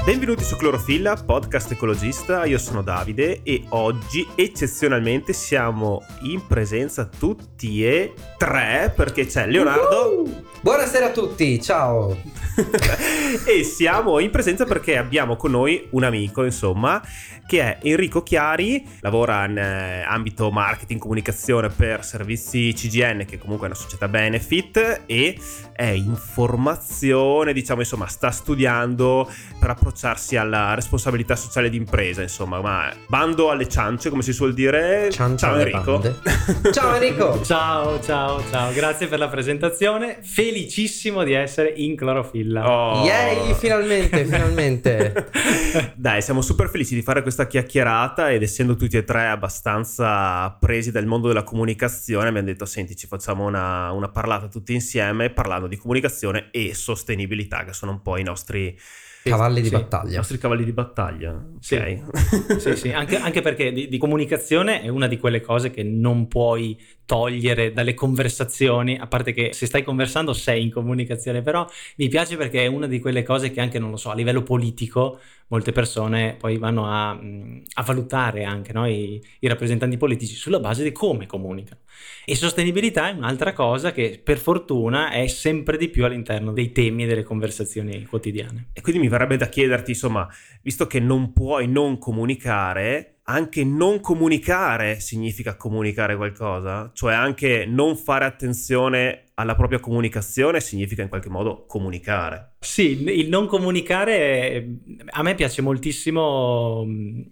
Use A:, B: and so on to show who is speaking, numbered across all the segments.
A: Benvenuti su Clorofilla, podcast ecologista. Io sono Davide e oggi eccezionalmente siamo in presenza tutti e tre, perché c'è Leonardo.
B: Buonasera a tutti, ciao.
A: E siamo in presenza perché abbiamo con noi un amico, insomma, che è Enrico Chiari. Lavora in ambito marketing, comunicazione per servizi CGN, che comunque è una società benefit, e è in formazione, diciamo, insomma, sta studiando per approcciarsi alla responsabilità sociale d'impresa, insomma, ma bando alle ciance, come si suol dire. Ciao Enrico.
B: Ciao Enrico.
C: Ciao, grazie per la presentazione, felicissimo di essere in Clorofilla.
B: Yay, finalmente.
A: Dai, siamo super felici di fare questa chiacchierata ed essendo tutti e tre abbastanza presi dal mondo della comunicazione abbiamo detto, senti, ci facciamo una parlata tutti insieme parlando di comunicazione e sostenibilità, che sono un po' i nostri
B: cavalli di battaglia.
A: I nostri cavalli di battaglia, ok?
C: Sì, anche perché di comunicazione è una di quelle cose che non puoi togliere dalle conversazioni, a parte che se stai conversando sei in comunicazione, però mi piace perché è una di quelle cose che anche, non lo so, a livello politico molte persone poi vanno a valutare anche, no? I rappresentanti politici sulla base di come comunicano. E sostenibilità è un'altra cosa che per fortuna è sempre di più all'interno dei temi e delle conversazioni quotidiane.
A: E quindi mi verrebbe da chiederti, insomma, visto che non puoi non comunicare, anche non comunicare significa comunicare qualcosa? Cioè anche non fare attenzione alla propria comunicazione significa in qualche modo comunicare.
C: Sì, il non comunicare, a me piace moltissimo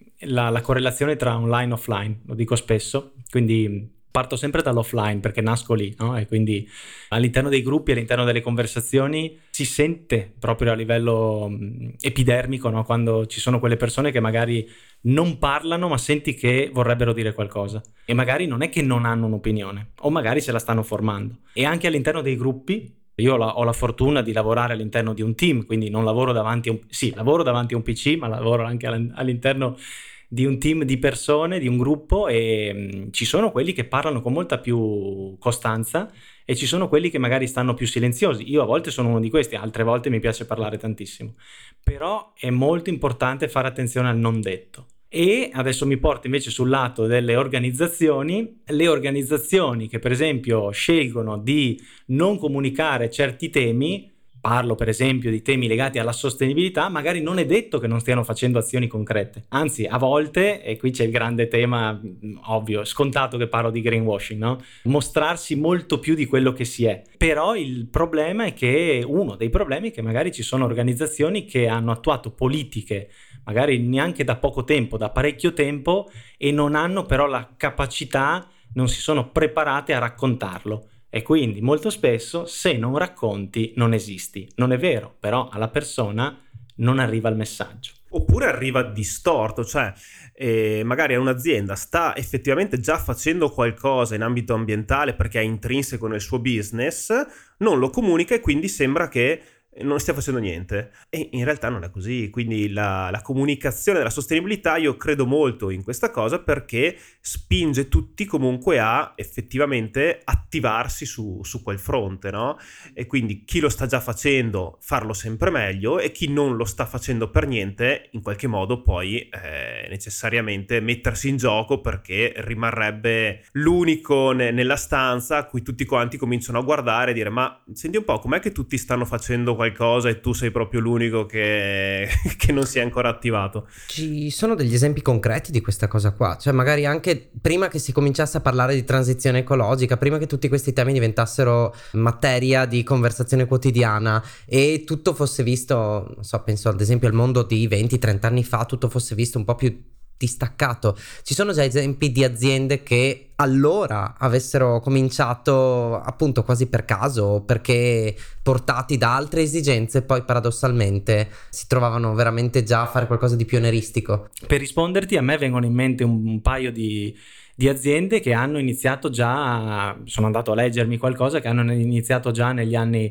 C: la correlazione tra online e offline, lo dico spesso, quindi parto sempre dall'offline perché nasco lì, no? E quindi all'interno dei gruppi, all'interno delle conversazioni si sente proprio a livello epidermico, no? Quando ci sono quelle persone che magari non parlano ma senti che vorrebbero dire qualcosa e magari non è che non hanno un'opinione o magari se la stanno formando. E anche all'interno dei gruppi, io ho la fortuna di lavorare all'interno di un team, quindi non lavoro davanti a lavoro davanti a un PC, ma lavoro anche all'interno di un team di persone, di un gruppo, e ci sono quelli che parlano con molta più costanza e ci sono quelli che magari stanno più silenziosi. Io a volte sono uno di questi, altre volte mi piace parlare tantissimo. Però è molto importante fare attenzione al non detto. E adesso mi porto invece sul lato delle organizzazioni. Le organizzazioni che per esempio scelgono di non comunicare certi temi, parlo per esempio di temi legati alla sostenibilità, magari non è detto che non stiano facendo azioni concrete. Anzi, a volte, e qui c'è il grande tema ovvio, scontato che parlo di greenwashing, no? Mostrarsi molto più di quello che si è. Però il problema è che uno dei problemi è che magari ci sono organizzazioni che hanno attuato politiche magari neanche da poco tempo, da parecchio tempo, e non hanno però la capacità, non si sono preparate a raccontarlo. E quindi molto spesso se non racconti non esisti. Non è vero, però alla persona non arriva il messaggio.
A: Oppure arriva distorto, cioè magari un'azienda sta effettivamente già facendo qualcosa in ambito ambientale perché è intrinseco nel suo business, non lo comunica e quindi sembra che non stia facendo niente, e in realtà non è così. Quindi la comunicazione della sostenibilità, io credo molto in questa cosa perché spinge tutti comunque a effettivamente attivarsi su quel fronte, no? E quindi chi lo sta già facendo farlo sempre meglio, e chi non lo sta facendo per niente in qualche modo poi necessariamente mettersi in gioco, perché rimarrebbe l'unico nella stanza a cui tutti quanti cominciano a guardare e dire: ma senti un po', com'è che tutti stanno facendo qualcosa e tu sei proprio l'unico che non si è ancora attivato?
B: Ci sono degli esempi concreti di questa cosa qua? Cioè magari anche prima che si cominciasse a parlare di transizione ecologica, prima che tutti questi temi diventassero materia di conversazione quotidiana e tutto fosse visto, non so, penso ad esempio al mondo di 20-30 anni fa, tutto fosse visto un po' più distaccato. Ci sono già esempi di aziende che allora avessero cominciato appunto quasi per caso, perché portati da altre esigenze, poi paradossalmente si trovavano veramente già a fare qualcosa di pionieristico.
C: Per risponderti, a me vengono in mente un paio di aziende che hanno iniziato già, sono andato a leggermi qualcosa, che hanno iniziato già negli anni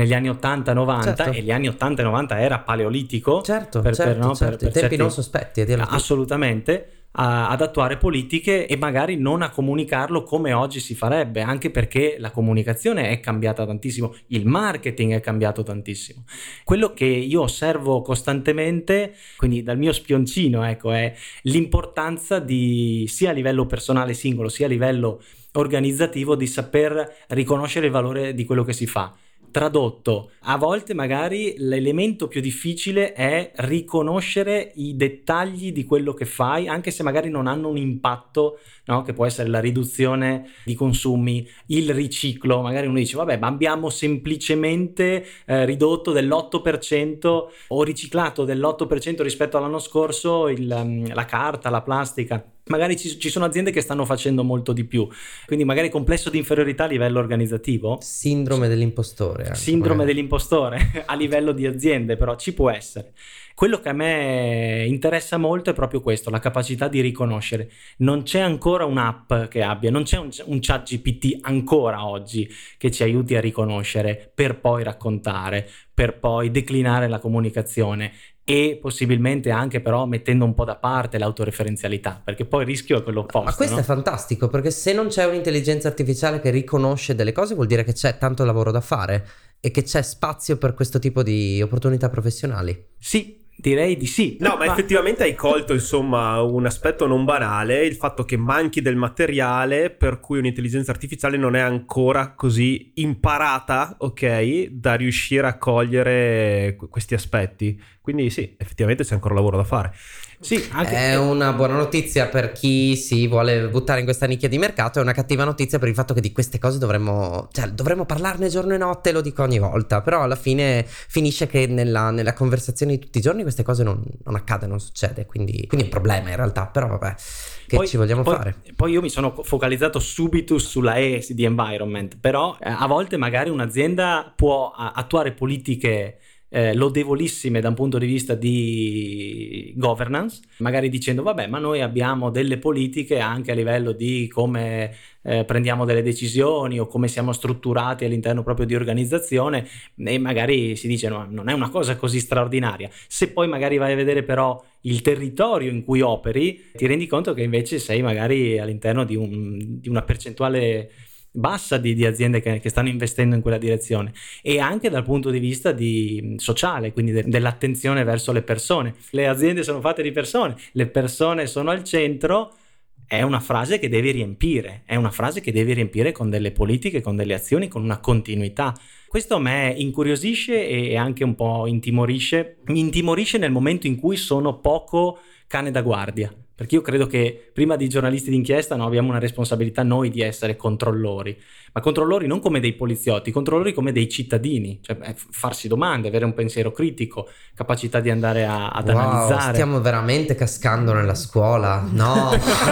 C: 80-90, certo. E gli anni 80 e 90 era paleolitico,
B: certo, i tempi non sospetti,
C: assolutamente. ad attuare politiche e magari non a comunicarlo come oggi si farebbe, anche perché la comunicazione è cambiata tantissimo, il marketing è cambiato tantissimo. Quello che io osservo costantemente, quindi dal mio spioncino, ecco, è l'importanza di, sia a livello personale singolo sia a livello organizzativo, di saper riconoscere il valore di quello che si fa. Tradotto, a volte magari l'elemento più difficile è riconoscere i dettagli di quello che fai, anche se magari non hanno un impatto, no? Che può essere la riduzione di consumi, il riciclo. Magari uno dice vabbè, ma abbiamo semplicemente ridotto dell'8% o riciclato dell'8% rispetto all'anno scorso la carta, la plastica. Magari ci sono aziende che stanno facendo molto di più, quindi magari complesso di inferiorità a livello organizzativo.
B: Sindrome dell'impostore.
C: Sindrome dell'impostore a livello di aziende, però ci può essere. Quello che a me interessa molto è proprio questo, la capacità di riconoscere. Non c'è ancora un'app che abbia, non c'è un ChatGPT ancora oggi che ci aiuti a riconoscere per poi raccontare, per poi declinare la comunicazione, e possibilmente anche però mettendo un po' da parte l'autoreferenzialità, perché poi il rischio è quello opposto.
B: Ma questo, no? È fantastico, perché se non c'è un'intelligenza artificiale che riconosce delle cose, vuol dire che c'è tanto lavoro da fare e che c'è spazio per questo tipo di opportunità professionali.
C: Sì, direi di sì.
A: No, ma effettivamente hai colto, insomma, un aspetto non banale, il fatto che manchi del materiale per cui un'intelligenza artificiale non è ancora così imparata, ok, da riuscire a cogliere questi aspetti. Quindi sì, effettivamente c'è ancora lavoro da fare.
C: Sì, anche...
B: È una buona notizia per chi si vuole buttare in questa nicchia di mercato, è una cattiva notizia per il fatto che di queste cose dovremmo parlarne giorno e notte, lo dico ogni volta, però alla fine finisce che nella conversazione di tutti i giorni queste cose non accade, non succede, quindi è un problema in realtà, però vabbè, che ci vogliamo fare?
C: Poi io mi sono focalizzato subito sulla E di environment, però a volte magari un'azienda può attuare politiche lodevolissime da un punto di vista di governance, magari dicendo vabbè, ma noi abbiamo delle politiche anche a livello di come prendiamo delle decisioni o come siamo strutturati all'interno proprio di organizzazione, e magari si dice no, non è una cosa così straordinaria. Se poi magari vai a vedere però il territorio in cui operi, ti rendi conto che invece sei magari all'interno di una percentuale bassa di aziende che stanno investendo in quella direzione, e anche dal punto di vista sociale, quindi dell'attenzione verso le persone. Le aziende sono fatte di persone, le persone sono al centro. È una frase che devi riempire, con delle politiche, con delle azioni, con una continuità. Questo a me incuriosisce e anche un po' intimorisce. Mi intimorisce nel momento in cui sono poco cane da guardia, perché io credo che prima di giornalisti d'inchiesta abbiamo una responsabilità noi di essere controllori, ma controllori non come dei poliziotti, controllori come dei cittadini, cioè farsi domande, avere un pensiero critico, capacità di andare ad analizzare.
B: Stiamo veramente cascando nella scuola, no?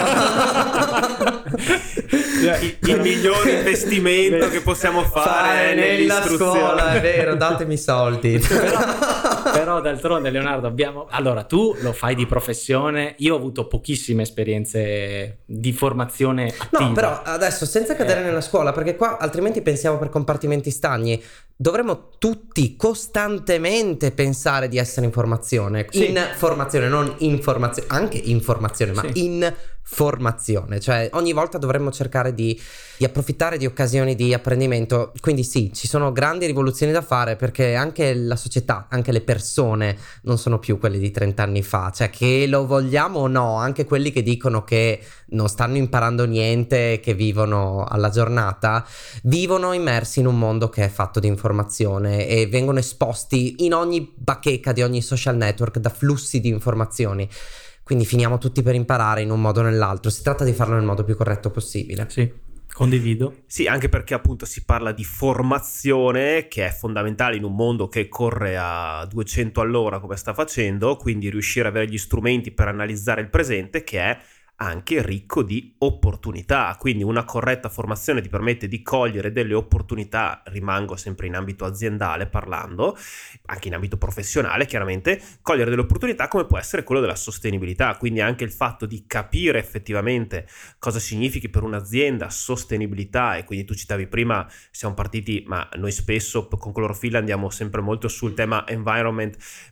A: Il miglior investimento che possiamo fare
B: nella scuola, è vero, datemi soldi.
C: Però d'altronde, Leonardo, allora tu lo fai di professione, io ho avuto pochissime esperienze di formazione attiva.
B: No, però adesso senza cadere nella scuola, perché qua altrimenti pensiamo per compartimenti stagni. Dovremmo tutti costantemente pensare di essere in formazione,
C: sì.
B: In formazione, non informazione, anche informazione, ma
C: sì.
B: in formazione, cioè ogni volta dovremmo cercare di approfittare di occasioni di apprendimento. Quindi sì, ci sono grandi rivoluzioni da fare, perché anche la società, anche le persone non sono più quelle di 30 anni fa, cioè che lo vogliamo o no, anche quelli che dicono che non stanno imparando niente, che vivono alla giornata, vivono immersi in un mondo che è fatto di informazione e vengono esposti in ogni bacheca di ogni social network da flussi di informazioni. Quindi finiamo tutti per imparare in un modo o nell'altro. Si tratta di farlo nel modo più corretto possibile.
C: Sì, condivido.
A: Sì, anche perché appunto si parla di formazione, che è fondamentale in un mondo che corre a 200 all'ora come sta facendo, quindi riuscire ad avere gli strumenti per analizzare il presente, che è anche ricco di opportunità. Quindi una corretta formazione ti permette di cogliere delle opportunità, rimango sempre in ambito aziendale parlando, anche in ambito professionale chiaramente, cogliere delle opportunità come può essere quello della sostenibilità, quindi anche il fatto di capire effettivamente cosa significhi per un'azienda sostenibilità. E quindi tu citavi prima, siamo partiti, ma noi spesso con Clorofilla andiamo sempre molto sul tema environment, ma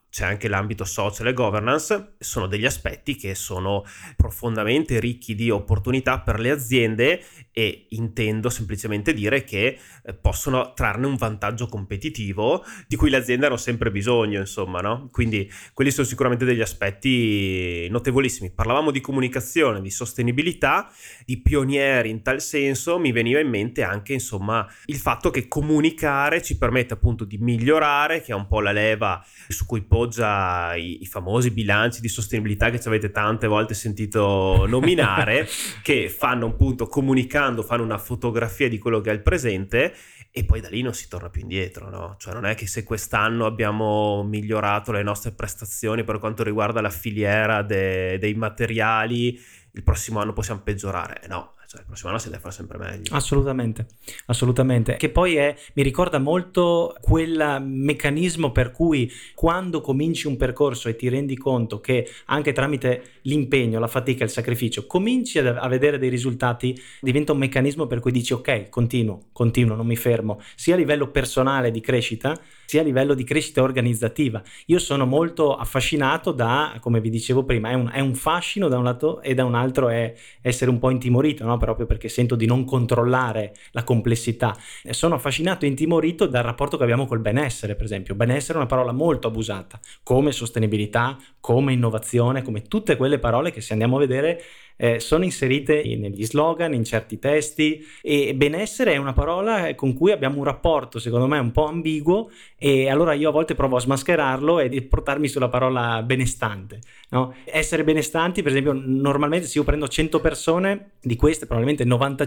A: c'è anche l'ambito social e governance, sono degli aspetti che sono profondamente ricchi di opportunità per le aziende e intendo semplicemente dire che possono trarne un vantaggio competitivo di cui le aziende hanno sempre bisogno, insomma, no? Quindi quelli sono sicuramente degli aspetti notevolissimi. Parlavamo di comunicazione, di sostenibilità, di pionieri in tal senso, mi veniva in mente anche, insomma, il fatto che comunicare ci permette appunto di migliorare, che è un po' la leva su cui poggia i famosi bilanci di sostenibilità che ci avete tante volte sentito nominare, che fanno appunto, comunicando, fanno una fotografia di quello che è il presente e poi da lì non si torna più indietro, no? Cioè non è che se quest'anno abbiamo migliorato le nostre prestazioni per quanto riguarda la filiera dei materiali, il prossimo anno possiamo peggiorare, no, cioè il prossimo anno si deve fare sempre meglio.
C: Assolutamente, assolutamente. Che poi mi ricorda molto quel meccanismo per cui quando cominci un percorso e ti rendi conto che anche tramite l'impegno, la fatica, il sacrificio, cominci a vedere dei risultati, diventa un meccanismo per cui dici ok, continuo, non mi fermo, sia a livello personale di crescita, sia a livello di crescita organizzativa. Io sono molto affascinato da, come vi dicevo prima, è un fascino da un lato e da un altro è essere un po' intimorito, no? Proprio perché sento di non controllare la complessità. Sono affascinato e intimorito dal rapporto che abbiamo col benessere, per esempio. Benessere è una parola molto abusata, come sostenibilità, come innovazione, come tutte quelle parole che, se andiamo a vedere, sono inserite negli slogan, in certi testi, e benessere è una parola con cui abbiamo un rapporto secondo me un po' ambiguo, e allora io a volte provo a smascherarlo e portarmi sulla parola benestante, no? Essere benestanti, per esempio, normalmente se io prendo 100 persone, di queste probabilmente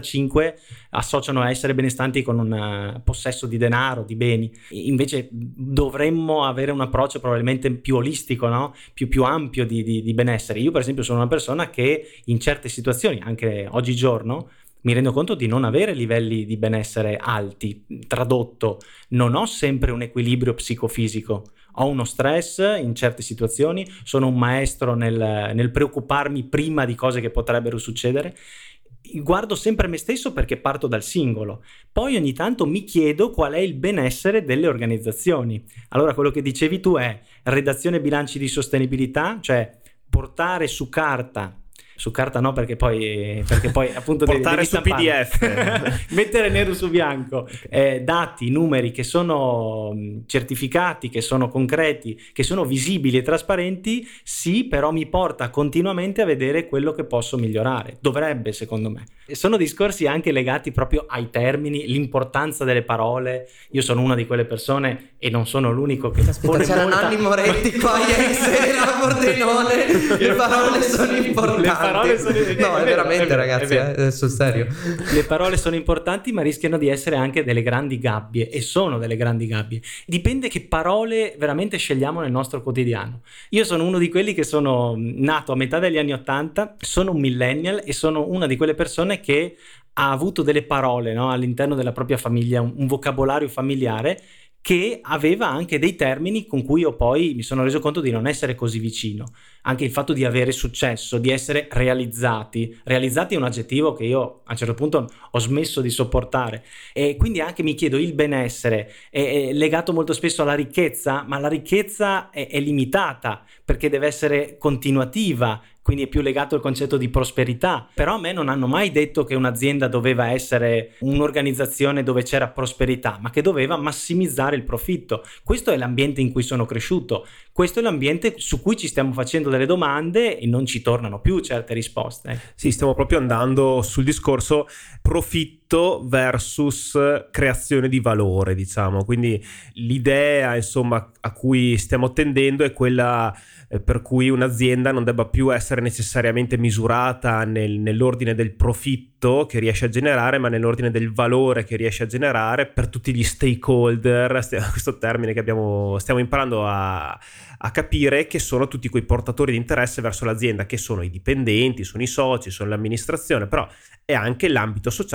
C: 95 associano a essere benestanti con un possesso di denaro, di beni. Invece dovremmo avere un approccio probabilmente più olistico, no? più ampio di benessere. Io per esempio sono una persona che in certe situazioni, anche oggigiorno, mi rendo conto di non avere livelli di benessere alti. Tradotto, non ho sempre un equilibrio psicofisico, ho uno stress in certe situazioni, sono un maestro nel preoccuparmi prima di cose che potrebbero succedere. Guardo sempre me stesso perché parto dal singolo, poi ogni tanto mi chiedo qual è il benessere delle organizzazioni. Allora quello che dicevi tu è redazione bilanci di sostenibilità, cioè portare su carta no, perché poi appunto
A: portare
C: devi
A: su
C: stampare.
A: PDF
C: Mettere nero su bianco dati, numeri che sono certificati, che sono concreti, che sono visibili e trasparenti, sì, però mi porta continuamente a vedere quello che posso migliorare. Dovrebbe, secondo me. E sono discorsi anche legati proprio ai termini, l'importanza delle parole. Io sono una di quelle persone, e non sono l'unico, che
B: Aspetta, c'era Nanni Moretti qua ieri sera a Pordenone. Le parole sono importanti. No, è veramente, ragazzi, sul serio.
C: Le parole sono importanti, ma rischiano di essere anche delle grandi gabbie, e sono delle grandi gabbie. Dipende che parole veramente scegliamo nel nostro quotidiano. Io sono uno di quelli che sono nato a metà degli anni '80, sono un millennial e sono una di quelle persone che ha avuto delle parole, no, all'interno della propria famiglia, un vocabolario familiare che aveva anche dei termini con cui io poi mi sono reso conto di non essere così vicino. Anche il fatto di avere successo, di essere realizzati è un aggettivo che io a un certo punto ho smesso di sopportare, e quindi anche mi chiedo, il benessere è legato molto spesso alla ricchezza, ma la ricchezza è limitata perché deve essere continuativa, quindi è più legato al concetto di prosperità. Però a me non hanno mai detto che un'azienda doveva essere un'organizzazione dove c'era prosperità, ma che doveva massimizzare il profitto. Questo è l'ambiente in cui sono cresciuto, questo è l'ambiente su cui ci stiamo facendo delle domande e non ci tornano più certe risposte.
A: Sì, stiamo proprio andando sul discorso profitto versus creazione di valore, diciamo. Quindi l'idea, insomma, a cui stiamo tendendo è quella per cui un'azienda non debba più essere necessariamente misurata nell'ordine del profitto che riesce a generare, ma nell'ordine del valore che riesce a generare per tutti gli stakeholder, questo termine che stiamo imparando a capire, che sono tutti quei portatori di interesse verso l'azienda, che sono i dipendenti, sono i soci, sono l'amministrazione, però è anche l'ambito sociale in cui si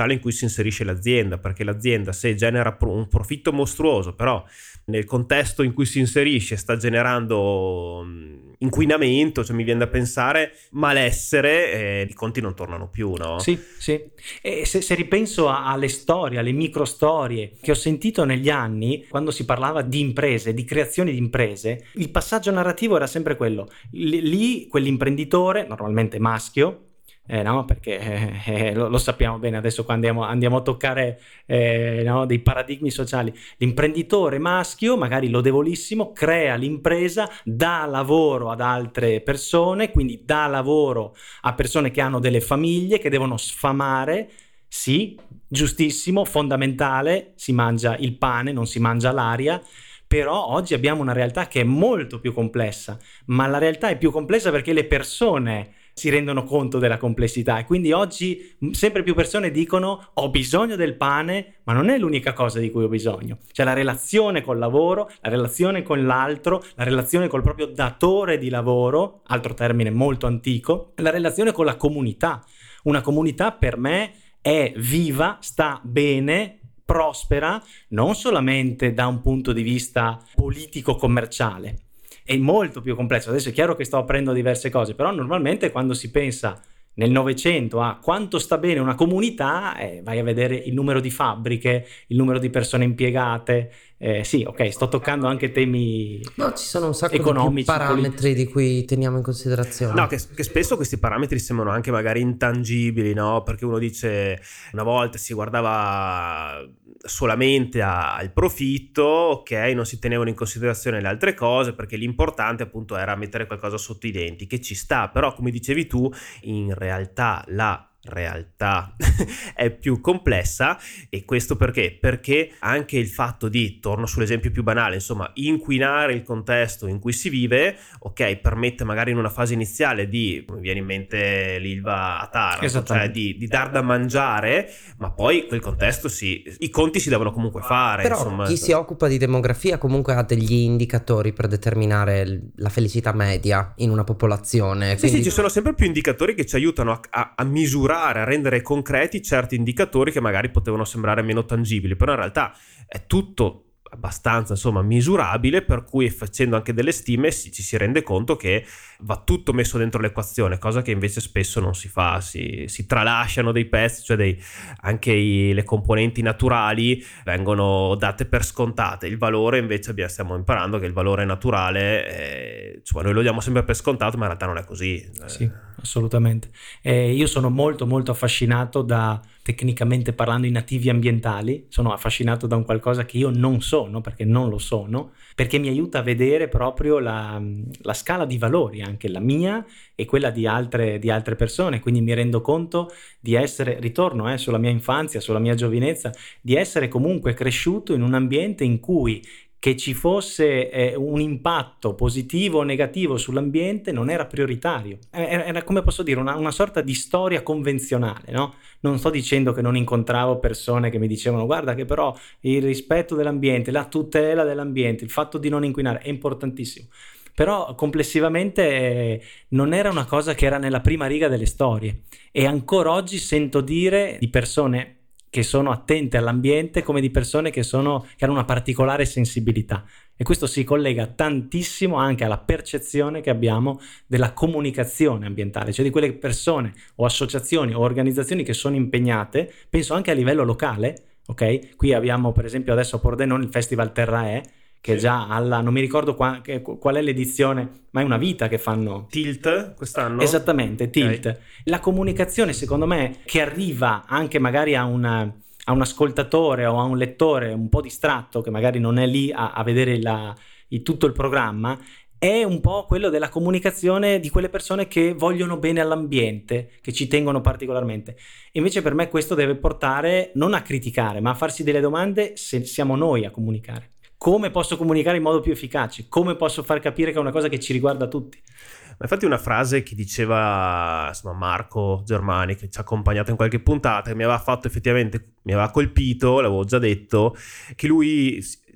A: inserisce l'azienda, perché l'azienda, se genera un profitto mostruoso, però nel contesto in cui si inserisce sta generando inquinamento, cioè mi viene da pensare malessere, i conti non tornano più, no?
C: Sì, sì. E se ripenso alle storie, alle micro storie che ho sentito negli anni, quando si parlava di imprese, di creazione di imprese, il passaggio narrativo era sempre quello. Lì quell'imprenditore, normalmente maschio, no, perché lo sappiamo bene adesso quando andiamo a toccare no, dei paradigmi sociali. L'imprenditore maschio, magari lodevolissimo, crea l'impresa, dà lavoro ad altre persone, quindi dà lavoro a persone che hanno delle famiglie, che devono sfamare. Sì, giustissimo, fondamentale, si mangia il pane, non si mangia l'aria. Però oggi abbiamo una realtà che è molto più complessa, ma la realtà è più complessa perché le persone si rendono conto della complessità, e quindi oggi sempre più persone dicono: ho bisogno del pane, ma non è l'unica cosa di cui ho bisogno. C'è la relazione col lavoro, la relazione con l'altro, la relazione col proprio datore di lavoro, altro termine molto antico, la relazione con la comunità. Una comunità per me è viva, sta bene, prospera, non solamente da un punto di vista politico-commerciale. È molto più complesso. Adesso è chiaro che sto aprendo diverse cose, però normalmente quando si pensa nel Novecento a quanto sta bene una comunità, vai a vedere il numero di fabbriche, il numero di persone impiegate. Sì, ok, sto toccando anche temi
B: ci sono un sacco
C: economici,
B: di parametri di cui teniamo in considerazione.
A: No, che spesso questi parametri sembrano anche magari intangibili, no? Perché uno dice, una volta si guardava solamente al profitto, ok, non si tenevano in considerazione le altre cose, perché l'importante appunto era mettere qualcosa sotto i denti, che ci sta, però come dicevi tu, in realtà la realtà è più complessa. E questo perché anche il fatto di, torno sull'esempio più banale, insomma, inquinare il contesto in cui si vive, ok, permette magari in una fase iniziale di, mi viene in mente l'Ilva a Taranto, cioè di dar da mangiare, ma poi quel contesto i conti si devono comunque fare.
B: Però
A: insomma,
B: chi si occupa di demografia comunque ha degli indicatori per determinare la felicità media in una popolazione.
A: Sì, ci sono sempre più indicatori che ci aiutano a misurare, a rendere concreti certi indicatori che magari potevano sembrare meno tangibili, però in realtà è tutto abbastanza, insomma, misurabile, per cui facendo anche delle stime ci si rende conto che va tutto messo dentro l'equazione, cosa che invece spesso non si fa, si tralasciano dei pezzi, cioè anche le componenti naturali vengono date per scontate. Il valore invece stiamo imparando che il valore naturale insomma, noi lo diamo sempre per scontato, ma in realtà non è così.
C: Sì, assolutamente. Io sono molto molto affascinato tecnicamente parlando, i nativi ambientali. Sono affascinato da un qualcosa che io non sono, perché non lo sono, perché mi aiuta a vedere proprio la scala di valori, anche la mia e quella di altre persone. Quindi mi rendo conto di essere, ritorno sulla mia infanzia, sulla mia giovinezza, di essere comunque cresciuto in un ambiente in cui che ci fosse un impatto positivo o negativo sull'ambiente non era prioritario. Era, come posso dire, una sorta di storia convenzionale, no? Non sto dicendo che non incontravo persone che mi dicevano: guarda che però il rispetto dell'ambiente, la tutela dell'ambiente, il fatto di non inquinare è importantissimo. Però complessivamente non era una cosa che era nella prima riga delle storie, e ancora oggi sento dire di persone che sono attente all'ambiente come di persone che hanno una particolare sensibilità, e questo si collega tantissimo anche alla percezione che abbiamo della comunicazione ambientale, cioè di quelle persone o associazioni o organizzazioni che sono impegnate, penso anche a livello locale, ok? Qui abbiamo per esempio adesso a Pordenone il Festival Terra che già non mi ricordo qual è l'edizione, ma è una vita che fanno.
A: Tilt quest'anno?
C: Esattamente, Tilt. Okay. La comunicazione, secondo me, che arriva anche magari a un ascoltatore o a un lettore un po' distratto, che magari non è lì a vedere tutto il programma, è un po' quello della comunicazione di quelle persone che vogliono bene all'ambiente, che ci tengono particolarmente. Invece per me questo deve portare non a criticare, ma a farsi delle domande se siamo noi a comunicare. Come posso comunicare in modo più efficace? Come posso far capire che è una cosa che ci riguarda tutti?
A: Ma infatti una frase che diceva, insomma, Marco Germani, che ci ha accompagnato in qualche puntata, che mi aveva colpito, l'avevo già detto, che lui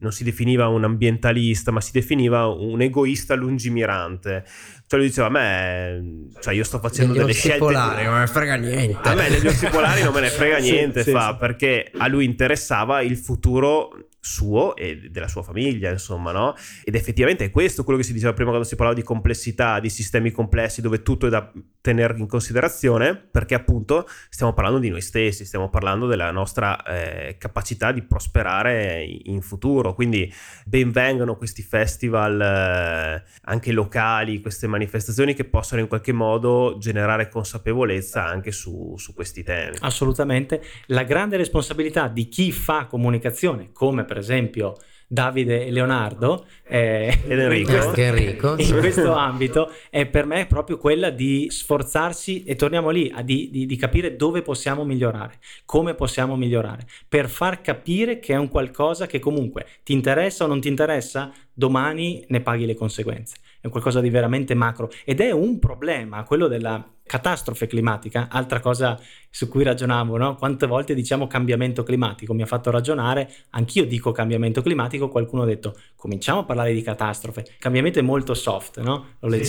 A: non si definiva un ambientalista, ma si definiva un egoista lungimirante. Cioè lui diceva: a me, cioè io sto facendo delle scelte
B: polari, non me ne frega niente.
A: A me degli orsi polari non me ne frega niente,
C: sì,
A: perché a lui interessava il futuro suo e della sua famiglia, insomma, no? Ed effettivamente è questo quello che si diceva prima quando si parlava di complessità, di sistemi complessi dove tutto è da tenere in considerazione, perché appunto stiamo parlando di noi stessi, stiamo parlando della nostra capacità di prosperare in futuro. Quindi ben vengano questi festival anche locali, queste manifestazioni che possano in qualche modo generare consapevolezza anche su questi temi.
C: Assolutamente. La grande responsabilità di chi fa comunicazione, come per esempio Davide e Leonardo
A: ed Enrico.
C: In questo ambito è per me proprio quella di sforzarsi, e torniamo lì di capire dove possiamo migliorare, come possiamo migliorare, per far capire che è un qualcosa che comunque ti interessa o non ti interessa, domani ne paghi le conseguenze. È qualcosa di veramente macro ed è un problema, quello della catastrofe climatica, altra cosa su cui ragionavo, no? Quante volte diciamo cambiamento climatico, mi ha fatto ragionare, anch'io dico cambiamento climatico, qualcuno ha detto cominciamo a parlare di catastrofe, cambiamento è molto soft, no?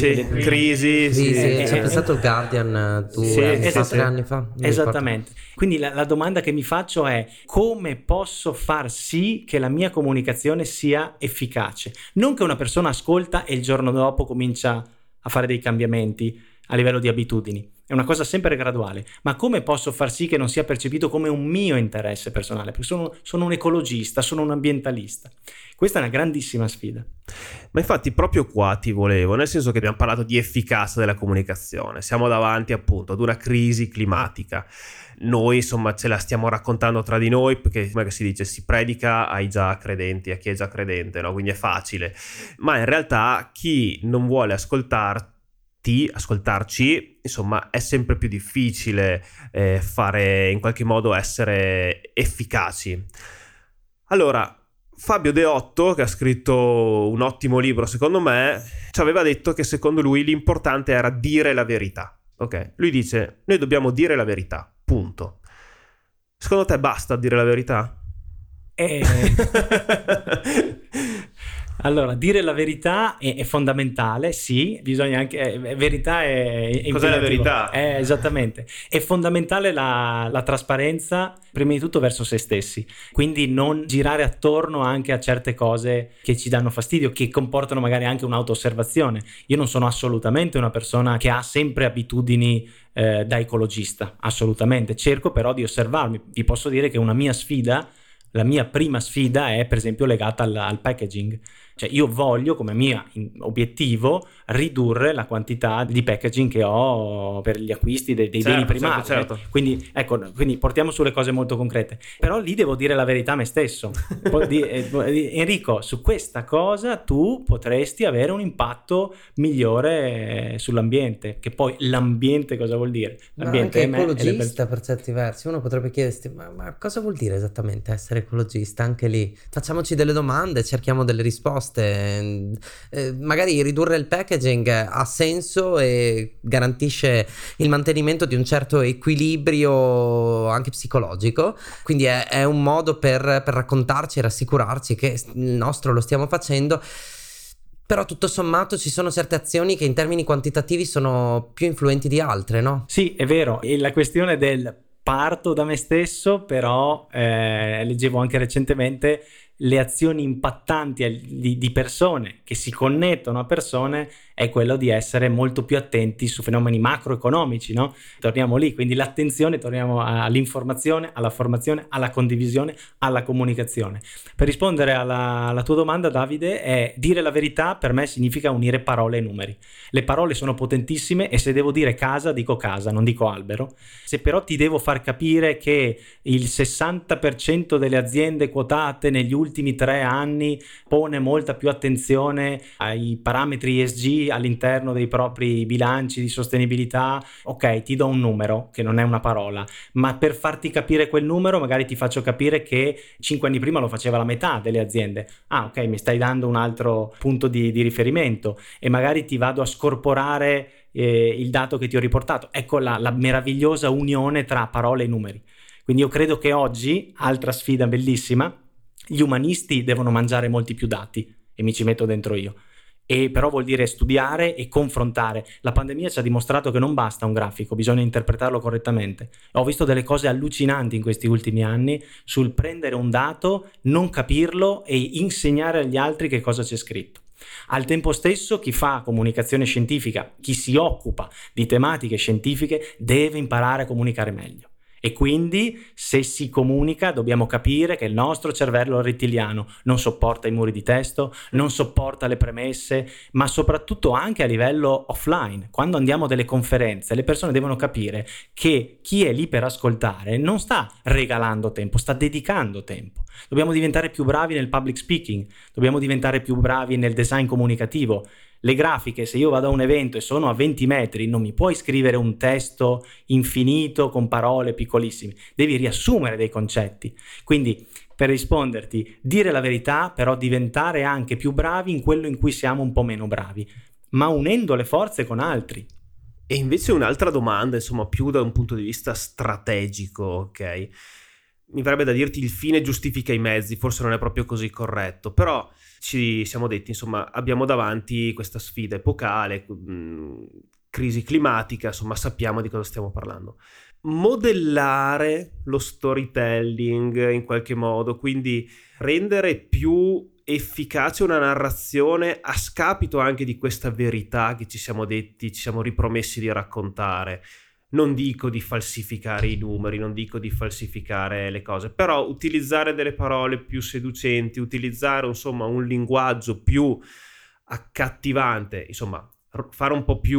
A: Crisi,
B: ci ha pensato il Guardian 3 anni fa.
C: Esattamente, quindi la domanda che mi faccio è: come posso far sì che la mia comunicazione sia efficace? Non che una persona ascolta e il giorno dopo comincia a fare dei cambiamenti a livello di abitudini, è una cosa sempre graduale, ma come posso far sì che non sia percepito come un mio interesse personale? Perché sono un ecologista, sono un ambientalista. Questa è una grandissima sfida.
A: Ma infatti proprio qua ti volevo, nel senso che abbiamo parlato di efficacia della comunicazione, siamo davanti appunto ad una crisi climatica. Noi insomma ce la stiamo raccontando tra di noi perché, come si dice, si predica ai già credenti, a chi è già credente, no? Quindi è facile, ma in realtà chi non vuole ascoltarci, insomma, è sempre più difficile fare, in qualche modo essere efficaci. Allora, Fabio Deotto, che ha scritto un ottimo libro secondo me, ci aveva detto che secondo lui l'importante era dire la verità. Ok? Lui dice: noi dobbiamo dire la verità, punto. Secondo te basta dire la verità?
C: Allora, dire la verità è fondamentale, sì, bisogna anche... verità è
A: cos'è la verità?
C: Esattamente. È fondamentale la trasparenza, prima di tutto verso se stessi. Quindi non girare attorno anche a certe cose che ci danno fastidio, che comportano magari anche un'auto-osservazione. Io non sono assolutamente una persona che ha sempre abitudini da ecologista, assolutamente. Cerco però di osservarmi. Vi posso dire che una mia sfida, la mia prima sfida è per esempio legata al packaging. Cioè io voglio come mio obiettivo ridurre la quantità di packaging che ho per gli acquisti dei beni primari.
A: Certo.
C: Quindi portiamo sulle cose molto concrete. Però lì devo dire la verità a me stesso. Enrico, su questa cosa tu potresti avere un impatto migliore sull'ambiente. Che poi l'ambiente cosa vuol dire? L'ambiente
B: ma anche ecologista per certi versi. Uno potrebbe chiedersi ma cosa vuol dire esattamente essere ecologista? Anche lì facciamoci delle domande, cerchiamo delle risposte. Magari ridurre il packaging ha senso e garantisce il mantenimento di un certo equilibrio anche psicologico, quindi è un modo per raccontarci e rassicurarci che il nostro lo stiamo facendo. Però tutto sommato ci sono certe azioni che in termini quantitativi sono più influenti di altre, no?
C: Sì, è vero. E la questione del parto da me stesso, però leggevo anche recentemente le azioni impattanti di persone che si connettono a persone è quello di essere molto più attenti su fenomeni macroeconomici, no? Torniamo lì, quindi l'attenzione, torniamo all'informazione, alla formazione, alla condivisione, alla comunicazione. Per rispondere alla tua domanda, Davide, è dire la verità per me significa unire parole e numeri. Le parole sono potentissime e se devo dire casa, dico casa, non dico albero. Se però ti devo far capire che il 60% delle aziende quotate negli ultimi 3 anni pone molta più attenzione ai parametri ESG all'interno dei propri bilanci di sostenibilità, ok, ti do un numero che non è una parola, ma per farti capire quel numero magari ti faccio capire che 5 anni prima lo faceva la metà delle aziende. Ah, ok, mi stai dando un altro punto di riferimento e magari ti vado a scorporare il dato che ti ho riportato. Ecco la meravigliosa unione tra parole e numeri. Quindi io credo che oggi, altra sfida bellissima, Gli umanisti devono mangiare molti più dati, e mi ci metto dentro io. E però vuol dire studiare e confrontare. La pandemia ci ha dimostrato che non basta un grafico, bisogna interpretarlo correttamente. Ho visto delle cose allucinanti in questi ultimi anni sul prendere un dato, non capirlo e insegnare agli altri che cosa c'è scritto. Al tempo stesso, chi fa comunicazione scientifica, chi si occupa di tematiche scientifiche, deve imparare a comunicare meglio. E quindi, se si comunica, dobbiamo capire che il nostro cervello rettiliano non sopporta i muri di testo, non sopporta le premesse, ma soprattutto anche a livello offline. Quando andiamo a delle conferenze, le persone devono capire che chi è lì per ascoltare non sta regalando tempo, sta dedicando tempo. Dobbiamo diventare più bravi nel public speaking, dobbiamo diventare più bravi nel design comunicativo. Le grafiche, se io vado a un evento e sono a 20 metri, non mi puoi scrivere un testo infinito con parole piccolissime, devi riassumere dei concetti. Quindi, per risponderti, dire la verità, però diventare anche più bravi in quello in cui siamo un po' meno bravi, ma unendo le forze con altri.
A: E invece un'altra domanda, insomma, più da un punto di vista strategico, ok? Mi verrebbe da dirti il fine giustifica i mezzi, forse non è proprio così corretto, però ci siamo detti, insomma, abbiamo davanti questa sfida epocale, crisi climatica, insomma, sappiamo di cosa stiamo parlando. Modellare lo storytelling in qualche modo, quindi rendere più efficace una narrazione a scapito anche di questa verità che ci siamo detti, ci siamo ripromessi di raccontare. Non dico di falsificare i numeri, non dico di falsificare le cose, però utilizzare delle parole più seducenti, utilizzare insomma un linguaggio più accattivante, insomma fare un po' più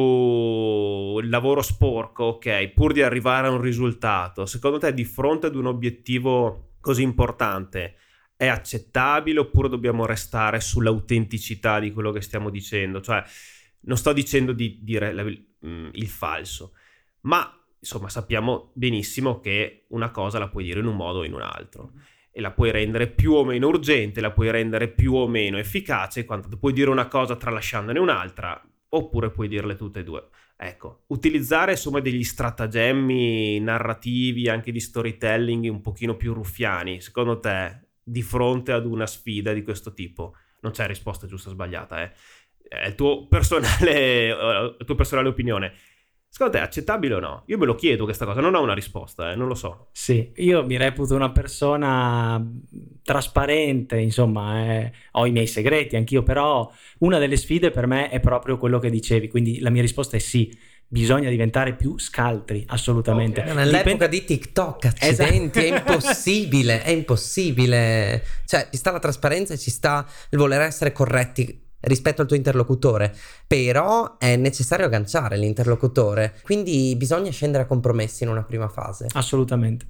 A: il lavoro sporco, ok, pur di arrivare a un risultato. Secondo te, di fronte ad un obiettivo così importante, è accettabile oppure dobbiamo restare sull'autenticità di quello che stiamo dicendo? Cioè, non sto dicendo di dire il falso, ma insomma sappiamo benissimo che una cosa la puoi dire in un modo o in un altro e la puoi rendere più o meno urgente, la puoi rendere più o meno efficace, quando puoi dire una cosa tralasciandone un'altra, oppure puoi dirle tutte e due. Ecco, utilizzare insomma degli stratagemmi narrativi, anche di storytelling un pochino più ruffiani, secondo te, di fronte ad una sfida di questo tipo? Non c'è risposta giusta o sbagliata, è il tuo personale opinione. Secondo te è accettabile o no? Io me lo chiedo questa cosa, non ho una risposta, non lo so.
C: Sì, io mi reputo una persona trasparente, insomma, ho i miei segreti anch'io, però una delle sfide per me è proprio quello che dicevi, quindi la mia risposta è sì. Bisogna diventare più scaltri, assolutamente.
B: Okay. Nell'epoca di TikTok, accidenti, esatto. È impossibile. Cioè, ci sta la trasparenza e ci sta il voler essere corretti rispetto al tuo interlocutore, però è necessario agganciare l'interlocutore, quindi bisogna scendere a compromessi in una prima fase.
C: Assolutamente.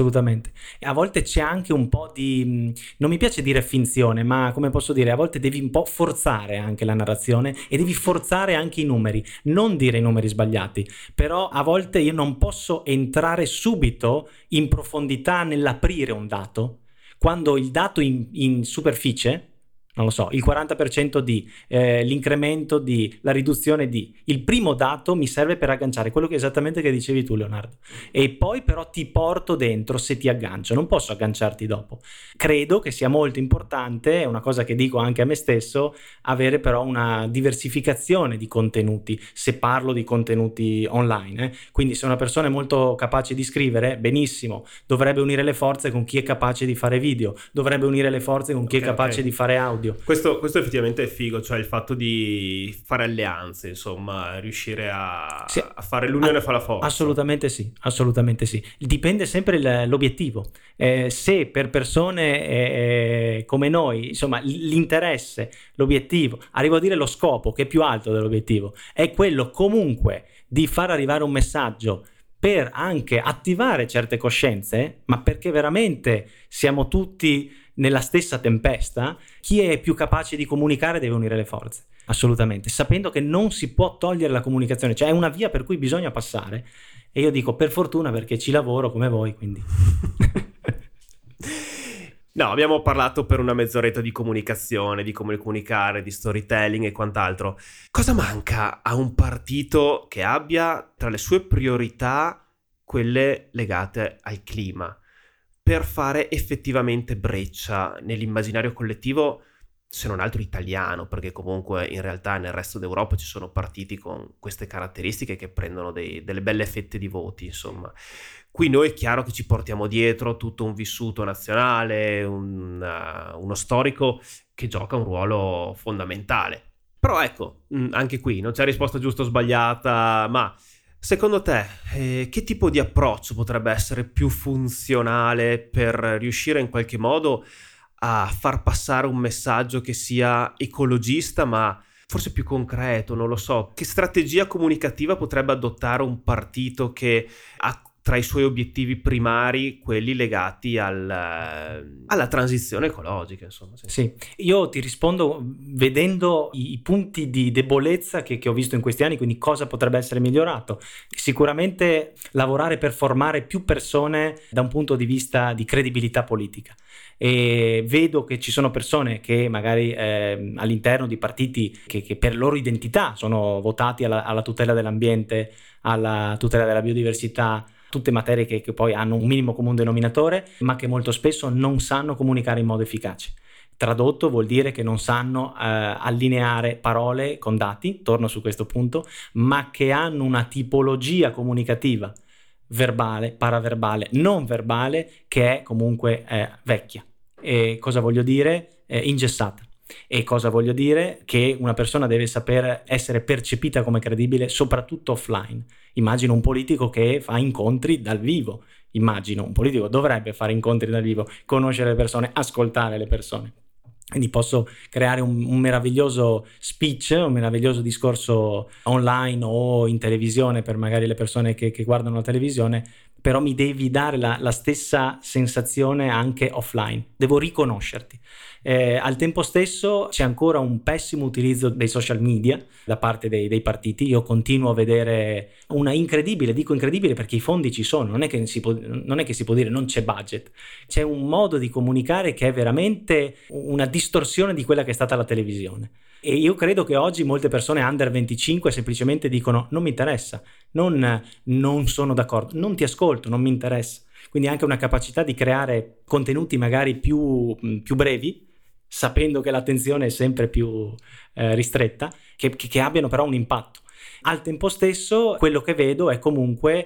C: E a volte c'è anche un po' di, non mi piace dire finzione, ma come posso dire, a volte devi un po' forzare anche la narrazione e devi forzare anche i numeri, non dire i numeri sbagliati, però a volte io non posso entrare subito in profondità nell'aprire un dato, quando il dato in superficie, non lo so, il 40% di, l'incremento di, la riduzione di. Il primo dato mi serve per agganciare, quello che esattamente che dicevi tu, Leonardo. E poi però ti porto dentro se ti aggancio, non posso agganciarti dopo. Credo che sia molto importante, è una cosa che dico anche a me stesso, avere però una diversificazione di contenuti, se parlo di contenuti online. Quindi se una persona è molto capace di scrivere, benissimo, dovrebbe unire le forze con chi è capace di fare video, dovrebbe unire le forze con chi è capace di fare audio.
A: Questo effettivamente è figo, cioè il fatto di fare alleanze, insomma, riuscire a fare l'unione fa la forza.
C: Assolutamente sì. Dipende sempre l'obiettivo. Se per persone come noi, insomma, l'interesse, l'obiettivo, arrivo a dire lo scopo, che è più alto dell'obiettivo, è quello comunque di far arrivare un messaggio per anche attivare certe coscienze, ma perché veramente siamo tutti nella stessa tempesta, chi è più capace di comunicare deve unire le forze, assolutamente, sapendo che non si può togliere la comunicazione, cioè è una via per cui bisogna passare, e io dico per fortuna perché ci lavoro come voi, quindi...
A: No, abbiamo parlato per una mezz'oretta di comunicazione, di come comunicare, di storytelling e quant'altro. Cosa manca a un partito che abbia tra le sue priorità quelle legate al clima? per fare effettivamente breccia nell'immaginario collettivo, se non altro italiano, perché comunque in realtà nel resto d'Europa ci sono partiti con queste caratteristiche che prendono delle belle fette di voti, insomma. Qui noi è chiaro che ci portiamo dietro tutto un vissuto nazionale, uno storico che gioca un ruolo fondamentale. Però ecco, anche qui non c'è risposta giusta o sbagliata, ma secondo te che tipo di approccio potrebbe essere più funzionale per riuscire in qualche modo a far passare un messaggio che sia ecologista ma forse più concreto, non lo so? Che strategia comunicativa potrebbe adottare un partito che ha tra i suoi obiettivi primari quelli legati alla transizione ecologica, insomma?
C: Sì, io ti rispondo vedendo i punti di debolezza che ho visto in questi anni, quindi cosa potrebbe essere migliorato. Sicuramente lavorare per formare più persone da un punto di vista di credibilità politica. E vedo che ci sono persone che magari all'interno di partiti che per loro identità sono votati alla tutela dell'ambiente, alla tutela della biodiversità, tutte materie che poi hanno un minimo comune denominatore, ma che molto spesso non sanno comunicare in modo efficace. Tradotto vuol dire che non sanno allineare parole con dati, torno su questo punto, ma che hanno una tipologia comunicativa verbale, paraverbale, non verbale, che è comunque vecchia. E cosa voglio dire? Ingessata. E cosa voglio dire? Che una persona deve saper essere percepita come credibile, soprattutto offline. Immagino un politico che fa incontri dal vivo. Immagino un politico dovrebbe fare incontri dal vivo, conoscere le persone, ascoltare le persone. Quindi posso creare un meraviglioso speech, un meraviglioso discorso online o in televisione per magari le persone che guardano la televisione, però mi devi dare la stessa sensazione anche offline. Devo riconoscerti. Al tempo stesso c'è ancora un pessimo utilizzo dei social media da parte dei partiti. Io continuo a vedere una incredibile, dico incredibile perché i fondi ci sono, non è che si può dire non c'è budget, c'è un modo di comunicare che è veramente una distorsione di quella che è stata la televisione. E io credo che oggi molte persone under 25 semplicemente dicono non mi interessa, non sono d'accordo, non ti ascolto, non mi interessa. Quindi anche una capacità di creare contenuti magari più brevi, sapendo che l'attenzione è sempre più ristretta, che abbiano però un impatto. Al tempo stesso quello che vedo è comunque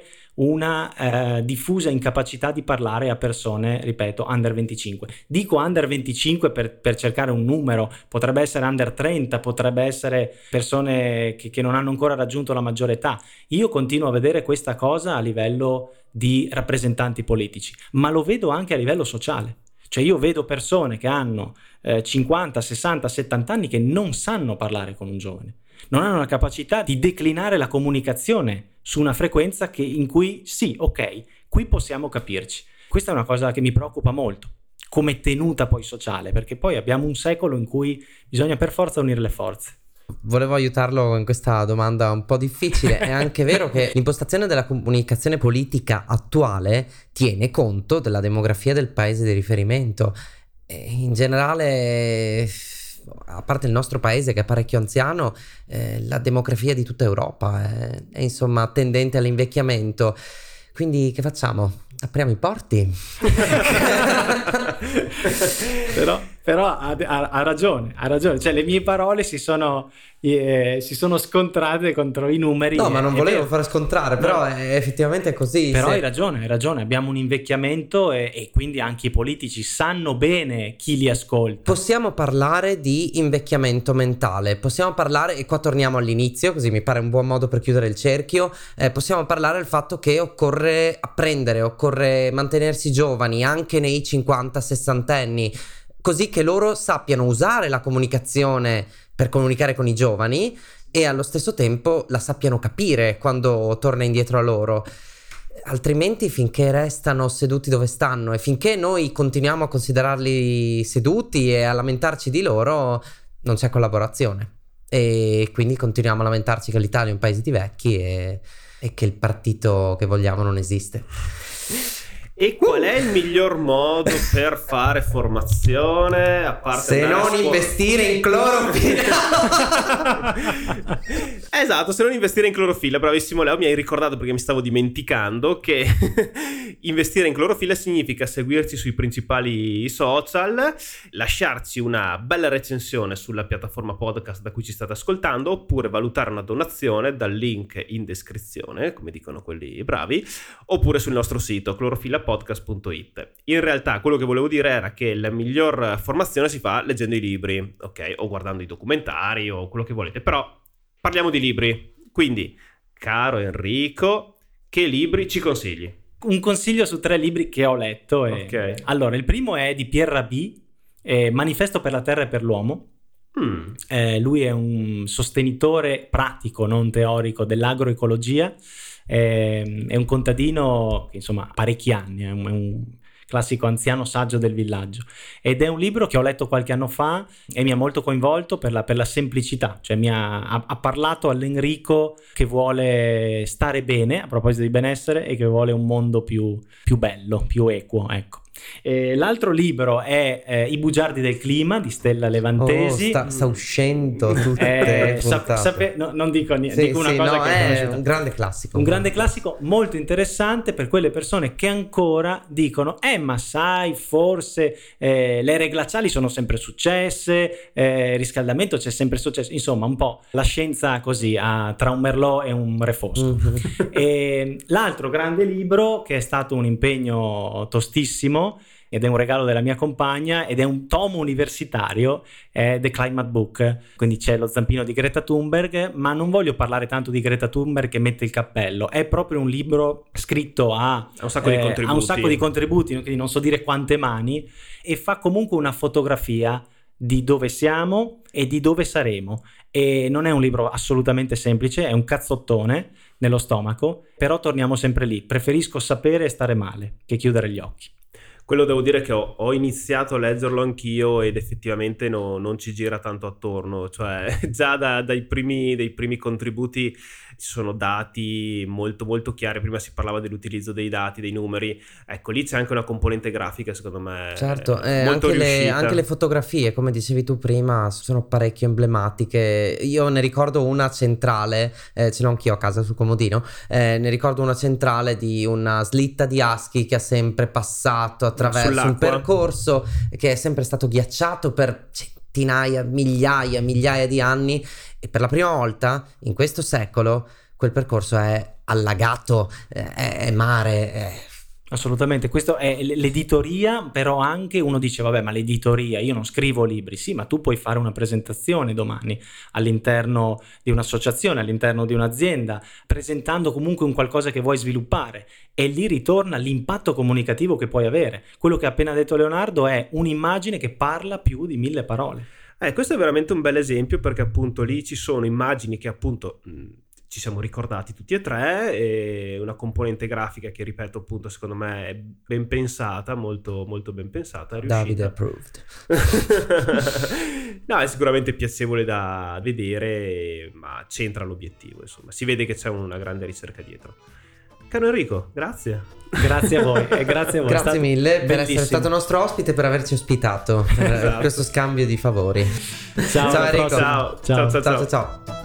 C: una diffusa incapacità di parlare a persone, ripeto, under 25. Dico under 25 per cercare un numero, potrebbe essere under 30, potrebbe essere persone che non hanno ancora raggiunto la maggiore età. Io continuo a vedere questa cosa a livello di rappresentanti politici, ma lo vedo anche a livello sociale. Cioè io vedo persone che hanno 50, 60, 70 anni che non sanno parlare con un giovane, non hanno la capacità di declinare la comunicazione su una frequenza in cui sì, ok, qui possiamo capirci. Questa è una cosa che mi preoccupa molto, come tenuta poi sociale, perché poi abbiamo un secolo in cui bisogna per forza unire le forze.
B: Volevo aiutarlo in questa domanda un po' difficile. È anche vero che l'impostazione della comunicazione politica attuale tiene conto della demografia del paese di riferimento. In generale, a parte il nostro paese che è parecchio anziano, la demografia di tutta Europa è insomma tendente all'invecchiamento. Quindi che facciamo? Apriamo i porti?
C: Però ha ragione, cioè le mie parole si sono scontrate contro i numeri.
B: No, ma non volevo far scontrare, però effettivamente è così.
C: Però hai ragione, abbiamo un invecchiamento e quindi anche i politici sanno bene chi li ascolta.
B: Possiamo parlare di invecchiamento mentale, possiamo parlare, e qua torniamo all'inizio, così mi pare un buon modo per chiudere il cerchio, possiamo parlare del fatto che occorre apprendere, occorre mantenersi giovani anche nei 50-60 anni, così che loro sappiano usare la comunicazione per comunicare con i giovani e allo stesso tempo la sappiano capire quando torna indietro a loro. Altrimenti, finché restano seduti dove stanno e finché noi continuiamo a considerarli seduti e a lamentarci di loro, non c'è collaborazione. E quindi continuiamo a lamentarci che l'Italia è un paese di vecchi e che il partito che vogliamo non esiste.
A: E qual è il miglior modo per fare formazione a parte
B: se non investire in clorofilla?
A: Esatto, se non investire in clorofilla. Bravissimo Leo, mi hai ricordato perché mi stavo dimenticando che investire in clorofilla significa seguirci sui principali social, lasciarci una bella recensione sulla piattaforma podcast da cui ci state ascoltando, oppure valutare una donazione dal link in descrizione, come dicono quelli bravi, oppure sul nostro sito clorofillapodcast.it. In realtà quello che volevo dire era che la miglior formazione si fa leggendo i libri, ok? O guardando i documentari o quello che volete, però parliamo di libri, quindi, caro Enrico, che libri ci consigli?
C: Un consiglio su 3 libri che ho letto.
A: Ok.
C: Allora, il primo è di Pierre Rabhi, Manifesto per la Terra e per l'Uomo. Lui è un sostenitore pratico, non teorico, dell'agroecologia. È un contadino che insomma ha parecchi anni, è un classico anziano saggio del villaggio, ed è un libro che ho letto qualche anno fa e mi ha molto coinvolto per la semplicità, cioè ha parlato all'Enrico che vuole stare bene, a proposito di benessere, e che vuole un mondo più bello, più equo, ecco. L'altro libro è I bugiardi del clima di Stella Levantesi.
B: Sta uscendo tutte
C: non dico niente,
B: sì,
C: dico una cosa che
B: è un grande classico.
C: Un grande classico molto interessante per quelle persone che ancora dicono ma sai, forse le ere glaciali sono sempre successe, riscaldamento c'è sempre successo, insomma un po' la scienza così tra un Merlot e un Refosco. E l'altro grande libro, che è stato un impegno tostissimo ed è un regalo della mia compagna, ed è un tomo universitario, è The Climate Book, quindi c'è lo zampino di Greta Thunberg, ma non voglio parlare tanto di Greta Thunberg che mette il cappello, è proprio un libro scritto a un sacco di contributi, quindi non so dire quante mani, e fa comunque una fotografia di dove siamo e di dove saremo, e non è un libro assolutamente semplice, è un cazzottone nello stomaco, però torniamo sempre lì, preferisco sapere e stare male che chiudere gli occhi.
A: Quello devo dire che ho iniziato a leggerlo anch'io ed effettivamente non ci gira tanto attorno, cioè già dei primi contributi ci sono dati molto molto chiari, prima si parlava dell'utilizzo dei dati, dei numeri, ecco lì c'è anche una componente grafica secondo me
B: certo,
A: molto riuscita.
B: Anche le fotografie, come dicevi tu prima, sono parecchio emblematiche. Io ne ricordo una centrale, ce l'ho anch'io a casa sul comodino, ne ricordo una centrale di una slitta di aschi che ha sempre passato attraverso un percorso che è sempre stato ghiacciato per centinaia, migliaia di anni, e per la prima volta in questo secolo quel percorso è allagato, è mare,
C: Assolutamente, questo è l'editoria, però anche uno dice vabbè, ma l'editoria, io non scrivo libri, sì, ma tu puoi fare una presentazione domani all'interno di un'associazione, all'interno di un'azienda, presentando comunque un qualcosa che vuoi sviluppare, e lì ritorna l'impatto comunicativo che puoi avere. Quello che ha appena detto Leonardo è un'immagine che parla più di 1000 parole.
A: Questo è veramente un bel esempio, perché appunto lì ci sono immagini che appunto ci siamo ricordati tutti e tre, e una componente grafica che, ripeto, appunto secondo me è ben pensata, molto molto ben pensata, è riuscita.
B: Davide approved.
A: No, è sicuramente piacevole da vedere, ma c'entra l'obiettivo, insomma, si vede che c'è una grande ricerca dietro. Caro Enrico, grazie.
C: Grazie a voi, e grazie a voi.
B: Grazie mille per
C: bellissimo.
B: essere stato nostro ospite, per averci ospitato, per
A: Esatto.
B: questo scambio di favori.
C: Ciao
B: Enrico.
C: Ciao.
B: Ciao.